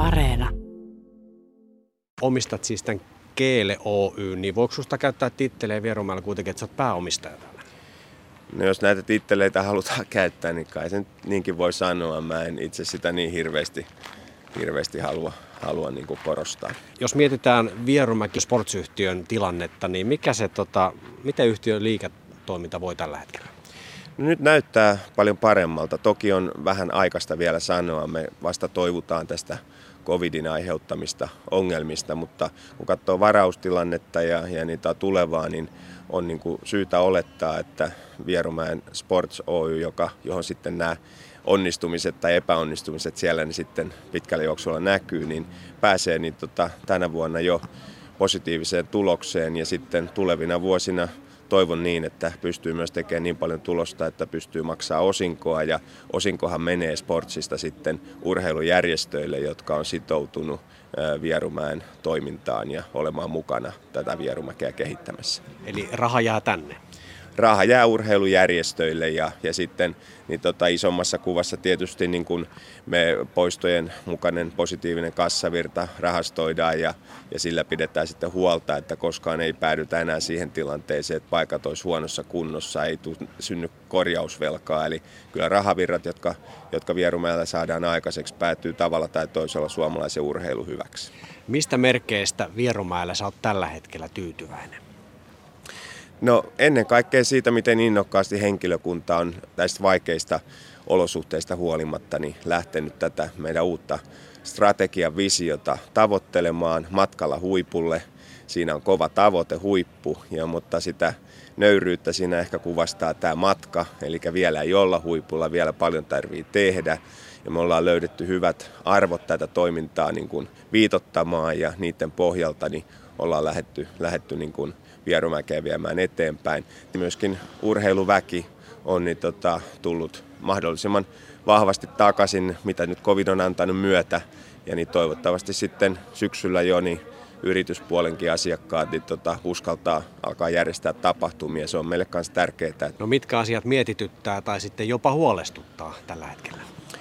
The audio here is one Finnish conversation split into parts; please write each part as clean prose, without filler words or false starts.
Areena. Omistat siis tämän Keele Oy, niin voiko susta käyttää titteleä Vierumäellä kuitenkin, että sä oot pääomistaja täällä? No jos näitä titteleitä halutaan käyttää, niin kai sen niinkin voi sanoa. Mä en itse sitä niin hirveästi halua niin kuin korostaa. Jos mietitään Vierumäki Sports-yhtiön tilannetta, niin miten yhtiön liiketoiminta voi tällä hetkellä? No nyt näyttää paljon paremmalta. Toki on vähän aikaista vielä sanoa. Me vasta toivutaan tästä covidin aiheuttamista ongelmista, mutta kun katsoo varaustilannetta ja niitä tulevaa, niin on niin kuin syytä olettaa, että Vierumäen Sports Oy, johon sitten nämä onnistumiset tai epäonnistumiset siellä niin sitten pitkällä juoksulla näkyy, niin pääsee niin tänä vuonna jo positiiviseen tulokseen ja sitten tulevina vuosina toivon niin, että pystyy myös tekemään niin paljon tulosta, että pystyy maksamaan osinkoa ja osinkohan menee Sportsista sitten urheilujärjestöille, jotka on sitoutunut Vierumäen toimintaan ja olemaan mukana tätä Vierumäkeä kehittämässä. Eli raha jää tänne? Raha jää urheilujärjestöille ja sitten niin isommassa kuvassa tietysti niin kun me poistojen mukainen positiivinen kassavirta rahastoidaan ja sillä pidetään sitten huolta, että koskaan ei päädytä enää siihen tilanteeseen, että paikat olisi huonossa kunnossa, ei synny korjausvelkaa. Eli kyllä rahavirrat, jotka Vierumäellä saadaan aikaiseksi, päätyy tavalla tai toisella suomalaisen urheilun hyväksi. Mistä merkeistä Vierumäellä sä oot tällä hetkellä tyytyväinen? No ennen kaikkea siitä, miten innokkaasti henkilökunta on näistä vaikeista olosuhteista huolimatta niin lähtenyt tätä meidän uutta strategian visiota tavoittelemaan matkalla huipulle. Siinä on kova tavoite, huippu, mutta sitä nöyryyttä siinä ehkä kuvastaa tämä matka, eli vielä ei olla huipulla, vielä paljon tarvitsee tehdä. Ja me ollaan löydetty hyvät arvot tätä toimintaa niin kuin viitottamaan ja niiden pohjalta niin ollaan lähdetty niin kuin Vierumäkeä viemään eteenpäin. Myöskin urheiluväki on tullut mahdollisimman vahvasti takaisin, mitä nyt COVID on antanut myötä. Ja niin toivottavasti sitten syksyllä jo niin yrityspuolenkin asiakkaat niin uskaltaa alkaa järjestää tapahtumia. Se on meille myös tärkeää. No mitkä asiat mietityttää tai sitten jopa huolestuttaa tällä hetkellä?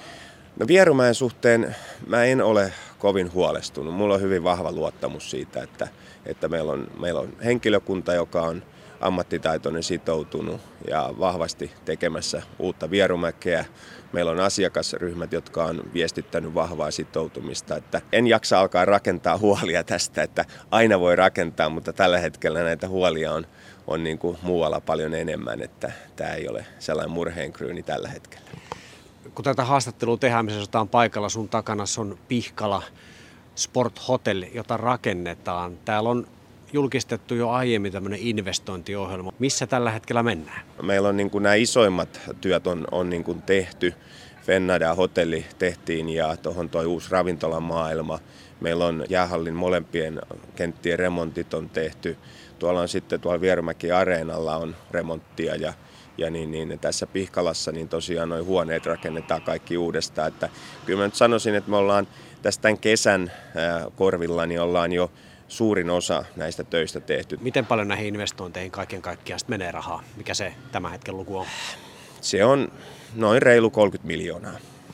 No Vierumäen suhteen mä en ole kovin huolestunut. Mulla on hyvin vahva luottamus siitä, että meillä on henkilökunta, joka on ammattitaitoinen, sitoutunut ja vahvasti tekemässä uutta Vierumäkeä. Meillä on asiakasryhmät, jotka on viestittänyt vahvaa sitoutumista. Että en jaksa alkaa rakentaa huolia tästä, että aina voi rakentaa, mutta tällä hetkellä näitä huolia on niin kuin muualla paljon enemmän, että tämä ei ole sellainen murheenkryyni tällä hetkellä. Kun tätä haastattelua tehdään, missä on paikalla, sun takana on Pihkala Sport Hotel, jota rakennetaan. Täällä on julkistettu jo aiemmin tämmöinen investointiohjelma. Missä tällä hetkellä mennään? Meillä on niin kuin nämä isoimmat työt on niin kuin tehty. Fennada hotelli tehtiin ja tuohon toi uusi ravintolamaailma. Meillä on jäähallin molempien kenttien remontit on tehty. Tuolla Vierumäki Areenalla on remonttia ja niin tässä Pihkalassa niin tosiaan nuo huoneet rakennetaan kaikki uudestaan. Että kyllä mä nyt sanoisin, että me ollaan tästä tämän kesän korvilla, niin ollaan jo suurin osa näistä töistä tehty. Miten paljon näihin investointeihin kaiken kaikkiaan menee rahaa? Mikä se tämän hetken luku on? Se on noin reilu 30 miljoonaa.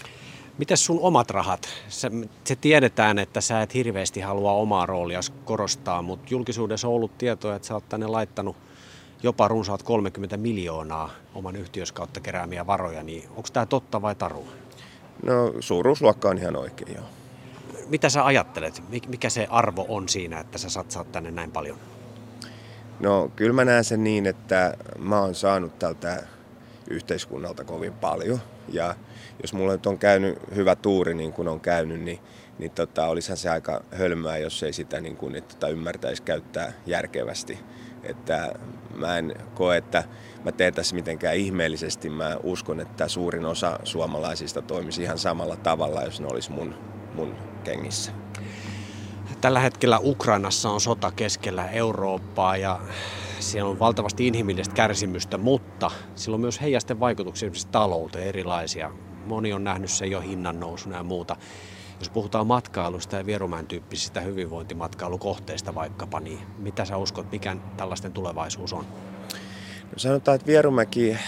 Mites sun omat rahat? Se tiedetään, että sä et hirveästi halua omaa roolia korostaa, mutta julkisuudessa on ollut tietoa, että sä oot tänne laittanut jopa runsaat 30 miljoonaa oman yhtiös kautta keräämiä varoja, niin onko tämä totta vai tarua? No suuruusluokka on ihan oikein, joo. Mitä sä ajattelet? Mikä se arvo on siinä, että sä satsaat tänne näin paljon? No kyllä mä näen sen niin, että mä oon saanut tältä yhteiskunnalta kovin paljon. Ja jos mulla nyt on käynyt hyvä tuuri niin kuin on käynyt, niin olisihan se aika hölmöä, jos ei sitä niin kuin, että ymmärtäisi käyttää järkevästi. Että mä en koe, että mä teen tässä mitenkään ihmeellisesti. Mä uskon, että suurin osa suomalaisista toimisi ihan samalla tavalla, jos ne olisi mun kengissä. Tällä hetkellä Ukrainassa on sota keskellä Eurooppaa ja siellä on valtavasti inhimillistä kärsimystä, mutta sillä on myös heijasten vaikutuksia esimerkiksi talouteen erilaisia. Moni on nähnyt sen jo hinnan nousuna ja muuta. Jos puhutaan matkailusta ja Vierumäen tyyppisistä hyvinvointimatkailukohteista vaikkapa, niin mitä sä uskot, mikä tällaisten tulevaisuus on? No sanotaan, että Vierumäki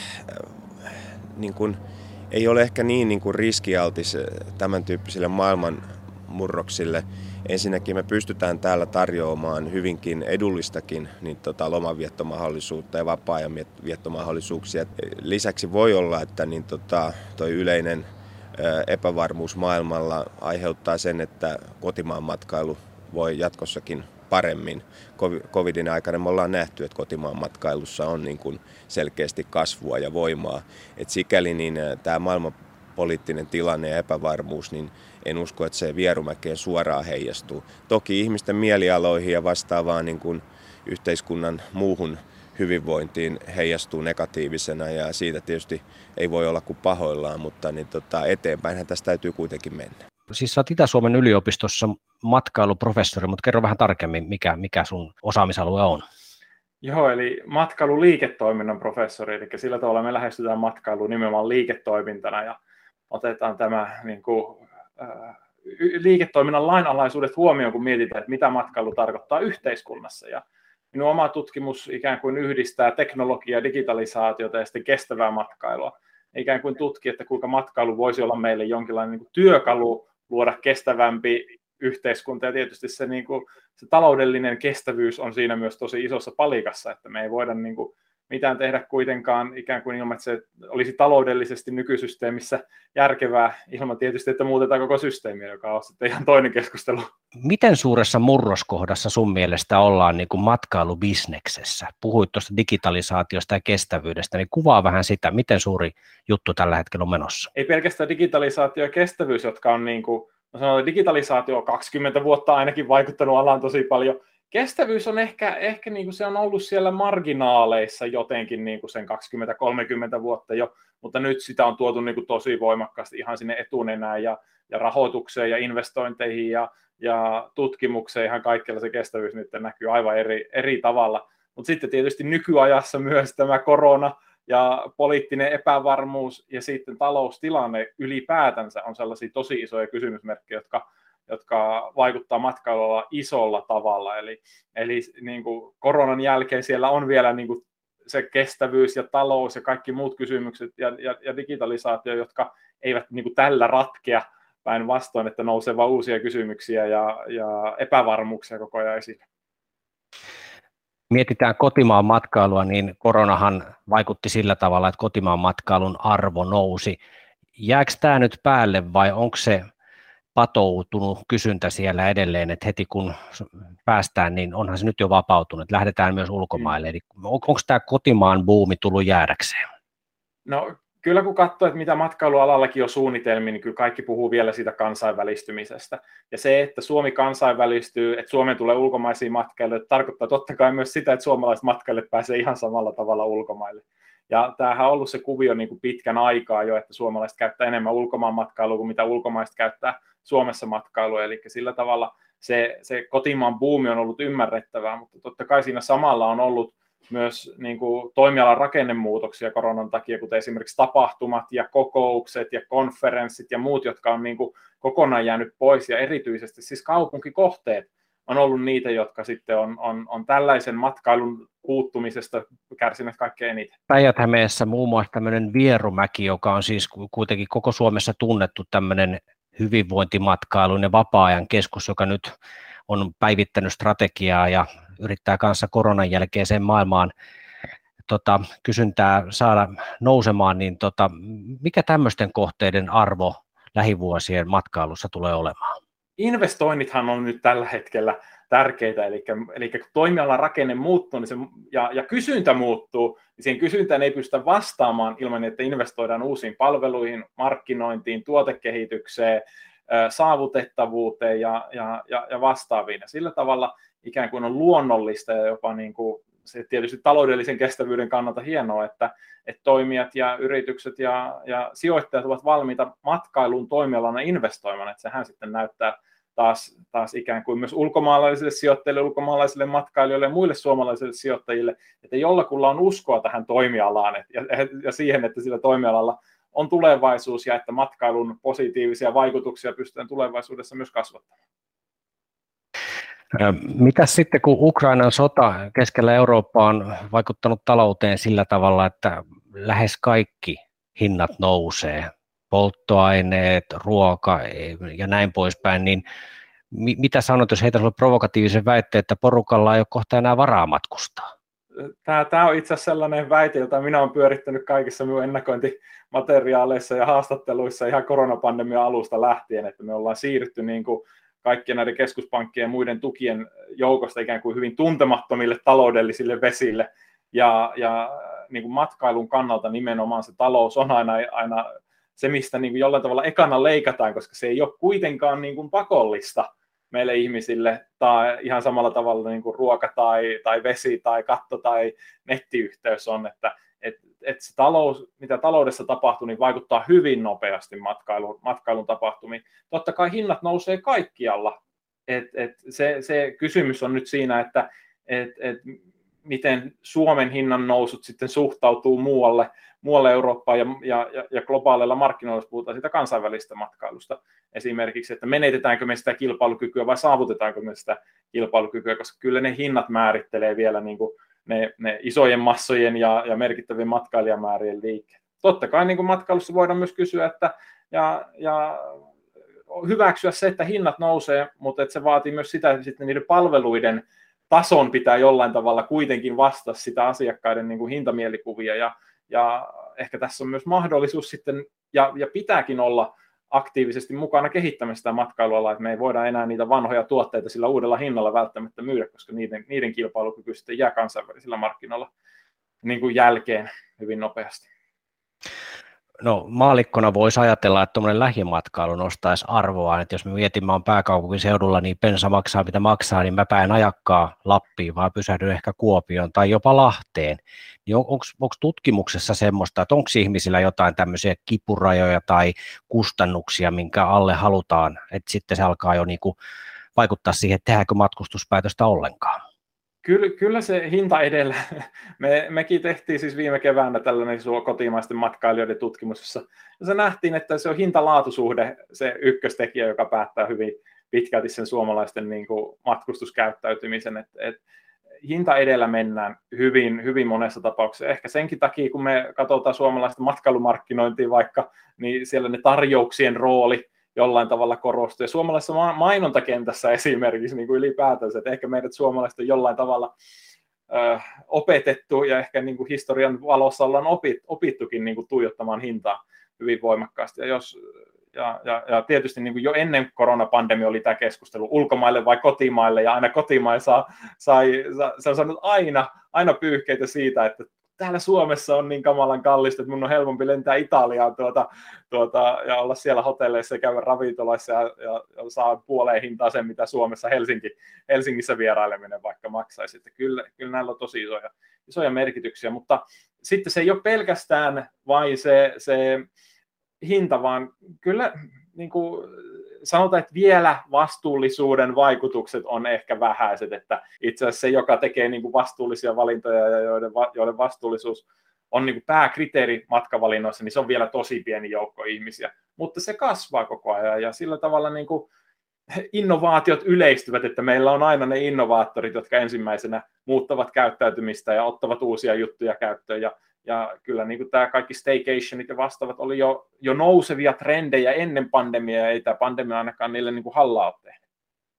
ei ole ehkä niin kuin riskialtis tämän tyyppisille murroksille. Ensinnäkin me pystytään täällä tarjoamaan hyvinkin edullistakin lomanviettomahdollisuutta ja vapaa-ajan viettomahdollisuuksia. Lisäksi voi olla, että toi yleinen epävarmuus maailmalla aiheuttaa sen, että kotimaan matkailu voi jatkossakin paremmin. Covidin aikana me ollaan nähty, että kotimaan matkailussa on niin kuin selkeästi kasvua ja voimaa. Et sikäli niin tämä maailmanpoliittinen tilanne ja epävarmuus, niin en usko, että se Vierumäkeen suoraan heijastuu. Toki ihmisten mielialoihin ja vastaavaan niin kuin yhteiskunnan muuhun hyvinvointiin heijastuu negatiivisena ja siitä tietysti ei voi olla kuin pahoillaan, mutta eteenpäinhän tästä täytyy kuitenkin mennä. Siis sä oot Itä-Suomen yliopistossa matkailuprofessori, mutta kerro vähän tarkemmin, mikä sun osaamisalue on. Joo, eli matkailuliiketoiminnan professori, eli sillä tavalla me lähestytään matkailua nimenomaan liiketoimintana ja otetaan tämä liiketoiminnan lainalaisuudet huomioon, kun mietitään, että mitä matkailu tarkoittaa yhteiskunnassa. Ja minun oma tutkimus ikään kuin yhdistää teknologiaa, digitalisaatiota ja sitten kestävää matkailua. Ikään kuin tutki, että kuinka matkailu voisi olla meille jonkinlainen työkalu luoda kestävämpi yhteiskunta. Ja tietysti se taloudellinen kestävyys on siinä myös tosi isossa palikassa, että me ei voida mitään tehdä kuitenkaan ikään kuin ilman, että se olisi taloudellisesti nykysysteemissä järkevää ilman tietysti, että muutetaan koko systeemiä, joka on sitten ihan toinen keskustelu. Miten suuressa murroskohdassa sun mielestä ollaan matkailubisneksessä? Puhuit tuosta digitalisaatiosta ja kestävyydestä, niin kuvaa vähän sitä, miten suuri juttu tällä hetkellä on menossa. Ei pelkästään digitalisaatio ja kestävyys, jotka on sanotaan, digitalisaatio on 20 vuotta ainakin vaikuttanut alaan tosi paljon. Kestävyys on ehkä se on ollut siellä marginaaleissa jotenkin sen 20-30 vuotta jo, mutta nyt sitä on tuotu tosi voimakkaasti ihan sinne etunenään ja rahoitukseen ja investointeihin ja tutkimukseen ihan kaikkialla se kestävyys nyt näkyy aivan eri tavalla. Mutta sitten tietysti nykyajassa myös tämä korona ja poliittinen epävarmuus ja sitten taloustilanne ylipäätänsä on sellaisia tosi isoja kysymysmerkkejä, jotka vaikuttaa matkailulla isolla tavalla. Eli koronan jälkeen siellä on vielä se kestävyys ja talous ja kaikki muut kysymykset ja digitalisaatio, jotka eivät tällä ratkea päinvastoin, että nousee vaan uusia kysymyksiä ja epävarmuuksia koko ajan esille. Mietitään kotimaan matkailua, niin koronahan vaikutti sillä tavalla, että kotimaan matkailun arvo nousi. Jääkö tämä nyt päälle vai onko se patoutunut kysyntä siellä edelleen, että heti kun päästään, niin onhan se nyt jo vapautunut, lähdetään myös ulkomaille. Eli onko tämä kotimaan buumi tullut jäädäkseen? No kyllä kun katsoo, että mitä matkailualallakin on suunnitelmia, niin kyllä kaikki puhuu vielä siitä kansainvälistymisestä. Ja se, että Suomi kansainvälistyy, että Suomeen tulee ulkomaisia matkailijoita, tarkoittaa totta kai myös sitä, että suomalaiset matkailijat pääsee ihan samalla tavalla ulkomaille. Ja tämähän on ollut se kuvio pitkän aikaa jo, että suomalaiset käyttää enemmän ulkomaan matkailua kuin mitä ulkomaiset käyttää Suomessa matkailua. Eli sillä tavalla se kotimaan buumi on ollut ymmärrettävää, mutta totta kai siinä samalla on ollut myös toimialan rakennemuutoksia koronan takia, kuten esimerkiksi tapahtumat ja kokoukset ja konferenssit ja muut, jotka on kokonaan jäänyt pois. Ja erityisesti siis kaupunkikohteet on ollut niitä, jotka sitten on tällaisen matkailun puuttumisesta kärsineet kaikkein eniten. Päijät-Hämeessä muun muassa tämmöinen Vierumäki, joka on siis kuitenkin koko Suomessa tunnettu tämmöinen hyvinvointimatkailun ja vapaa-ajan keskus, joka nyt on päivittänyt strategiaa ja yrittää kanssa koronan jälkeiseen maailmaan kysyntää saada nousemaan, niin mikä tämmöisten kohteiden arvo lähivuosien matkailussa tulee olemaan? Investoinnithan on nyt tällä hetkellä tärkeitä, eli kun toimialan rakenne muuttuu niin ja kysyntä muuttuu, niin siihen kysyntään ei pystytä vastaamaan ilman, että investoidaan uusiin palveluihin, markkinointiin, tuotekehitykseen, saavutettavuuteen ja vastaaviin. Ja sillä tavalla ikään kuin on luonnollista ja jopa se tietysti taloudellisen kestävyyden kannalta hienoa, että toimijat ja yritykset ja sijoittajat ovat valmiita matkailun toimialana investoimaan, että sehän sitten näyttää taas ikään kuin myös ulkomaalaisille sijoittajille, ulkomaalaisille matkailijoille ja muille suomalaisille sijoittajille, että jollakulla on uskoa tähän toimialaan ja siihen, että sillä toimialalla on tulevaisuus ja että matkailun positiivisia vaikutuksia pystytään tulevaisuudessa myös kasvattamaan. Mitäs sitten, kun Ukrainan sota keskellä Eurooppaa on vaikuttanut talouteen sillä tavalla, että lähes kaikki hinnat nousee, polttoaineet, ruoka ja näin poispäin, niin mitä sanot, jos heitä sinulle provokatiivisen väitteen, että porukalla ei ole kohta enää varaa matkustaa? Tämä on itse asiassa sellainen väite, jota minä olen pyörittänyt kaikissa minun ennakointimateriaaleissa ja haastatteluissa ihan koronapandemian alusta lähtien, että me ollaan siirrytty niin kuin kaikkien näiden keskuspankkien ja muiden tukien joukosta ikään kuin hyvin tuntemattomille taloudellisille vesille, ja niin kuin matkailun kannalta nimenomaan se talous on aina se, mistä niin kuin jollain tavalla ekana leikataan, koska se ei ole kuitenkaan niin kuin pakollista meille ihmisille, tai ihan samalla tavalla niin kuin ruoka tai vesi tai katto tai nettiyhteys on, että se talous, mitä taloudessa tapahtuu, niin vaikuttaa hyvin nopeasti matkailun tapahtumiin. Totta kai hinnat nousee kaikkialla. Se kysymys on nyt siinä, että miten Suomen hinnan nousut sitten suhtautuu muualle Eurooppaan ja globaaleilla markkinoilla, jos puhutaan siitä kansainvälistä matkailusta esimerkiksi, että menetetäänkö me sitä kilpailukykyä vai saavutetaanko me sitä kilpailukykyä, koska kyllä ne hinnat määrittelee vielä niin kuin ne isojen massojen ja merkittävien matkailijamäärien liikkeet. Totta kai niin kuin matkailussa voidaan myös kysyä, että ja hyväksyä se, että hinnat nousee, mutta että se vaatii myös sitä, että sitten niiden palveluiden tason pitää jollain tavalla kuitenkin vastata sitä asiakkaiden niin kuin hintamielikuvia, ja ehkä tässä on myös mahdollisuus sitten, ja pitääkin olla aktiivisesti mukana kehittämässä sitä matkailualaa, että me ei voida enää niitä vanhoja tuotteita sillä uudella hinnalla välttämättä myydä, koska niiden kilpailukyky sitten jää kansainvälisillä markkinoilla niin kuin jälkeen hyvin nopeasti. No maallikkona voisi ajatella, että tuommoinen lähimatkailu nostaisi arvoa, että jos me mietimme on pääkaupunkiseudulla, niin bensa maksaa mitä maksaa, niin mäpä en ajakkaan Lappiin, vaan pysähdyn ehkä Kuopioon tai jopa Lahteen. Niin onko tutkimuksessa semmoista, että onko ihmisillä jotain tämmöisiä kipurajoja tai kustannuksia, minkä alle halutaan, että sitten se alkaa jo niinku vaikuttaa siihen, että tehdäänkö matkustuspäätöstä ollenkaan? Kyllä se hinta edellä. Mekin tehtiin siis viime keväänä tällainen kotimaisten matkailijoiden tutkimus, jossa nähtiin, että se on hinta-laatusuhde se ykköstekijä, joka päättää hyvin pitkälti sen suomalaisten niin kuin matkustuskäyttäytymisen. Et hinta edellä mennään hyvin monessa tapauksessa. Ehkä senkin takia, kun me katsotaan suomalaista matkailumarkkinointia vaikka, niin siellä ne tarjouksien rooli jollain tavalla korostuu. Ja suomalaisessa mainontakentässä esimerkiksi niin kuin ylipäätänsä, että ehkä meidät suomalaiset on jollain tavalla opetettu, ja ehkä niin kuin historian valossa ollaan opittukin niin kuin tuijottamaan hintaa hyvin voimakkaasti. Ja tietysti niin kuin jo ennen koronapandemia oli tämä keskustelu ulkomaille vai kotimaille, ja aina kotimaille se on saanut aina pyyhkeitä siitä, että täällä Suomessa on niin kamalan kallista, että mun on helpompi lentää Italiaan ja olla siellä hotelleissa ja käydä ravintoloissa ja saa puoleen hintaa sen, mitä Suomessa Helsingissä vieraileminen vaikka maksaisi. Että kyllä näillä on tosi isoja merkityksiä, mutta sitten se ei ole pelkästään vain se hinta, vaan kyllä niin kuin sanotaan, että vielä vastuullisuuden vaikutukset on ehkä vähäiset, että itse asiassa se, joka tekee niin kuin vastuullisia valintoja ja joiden vastuullisuus on niin kuin pääkriteeri matkavalinnoissa, niin se on vielä tosi pieni joukko ihmisiä, mutta se kasvaa koko ajan, ja sillä tavalla niin kuin innovaatiot yleistyvät, että meillä on aina ne innovaattorit, jotka ensimmäisenä muuttavat käyttäytymistä ja ottavat uusia juttuja käyttöön, ja kyllä niin kuin tämä kaikki staycationit ja vastaavat oli jo nousevia trendejä ennen pandemiaa, ja ei tämä pandemia ainakaan niille niin kuin hallaa ole tehnyt.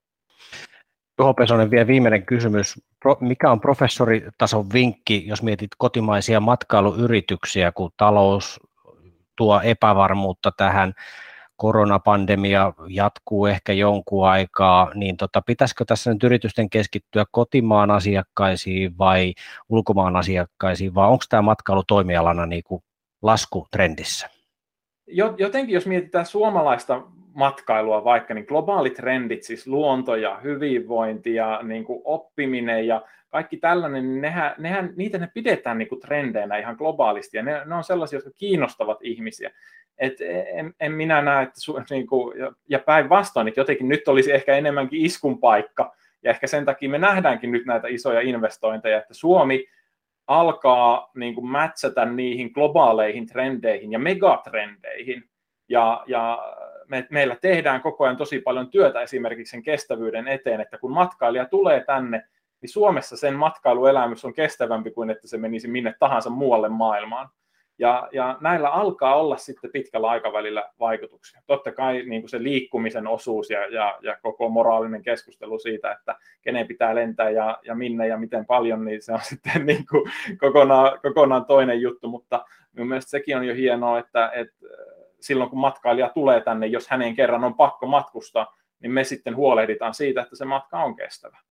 Juho Pesonen, vielä viimeinen kysymys. Mikä on professoritason vinkki, jos mietit kotimaisia matkailuyrityksiä, kun talous tuo epävarmuutta tähän, koronapandemia jatkuu ehkä jonkun aikaa, niin pitäisikö tässä nyt yritysten keskittyä kotimaan asiakkaisiin vai ulkomaan asiakkaisiin, vai onko tämä matkailu toimialana niin kuin laskutrendissä? Jotenkin jos mietitään suomalaista matkailua vaikka, niin globaalit trendit, siis luonto ja hyvinvointi ja niin kuin oppiminen ja kaikki tällainen, niin niitä ne pidetään niin kuin trendeinä ihan globaalisti, ja ne on sellaisia, jotka kiinnostavat ihmisiä. En minä näe, että niin kuin, ja päinvastoin, että jotenkin nyt olisi ehkä enemmänkin iskun paikka, ja ehkä sen takia me nähdäänkin nyt näitä isoja investointeja, että Suomi alkaa niin kuin matchata niihin globaaleihin trendeihin ja megatrendeihin, ja meillä tehdään koko ajan tosi paljon työtä esimerkiksi sen kestävyyden eteen, että kun matkailija tulee tänne, niin Suomessa sen matkailuelämys on kestävämpi kuin että se menisi minne tahansa muualle maailmaan. Ja näillä alkaa olla sitten pitkällä aikavälillä vaikutuksia. Totta kai niin kuin se liikkumisen osuus ja koko moraalinen keskustelu siitä, että kenen pitää lentää ja minne ja miten paljon, niin se on sitten niin kuin kokonaan toinen juttu, mutta minun mielestä sekin on jo hienoa, että silloin kun matkailija tulee tänne, jos hänen kerran on pakko matkustaa, niin me sitten huolehditaan siitä, että se matka on kestävä.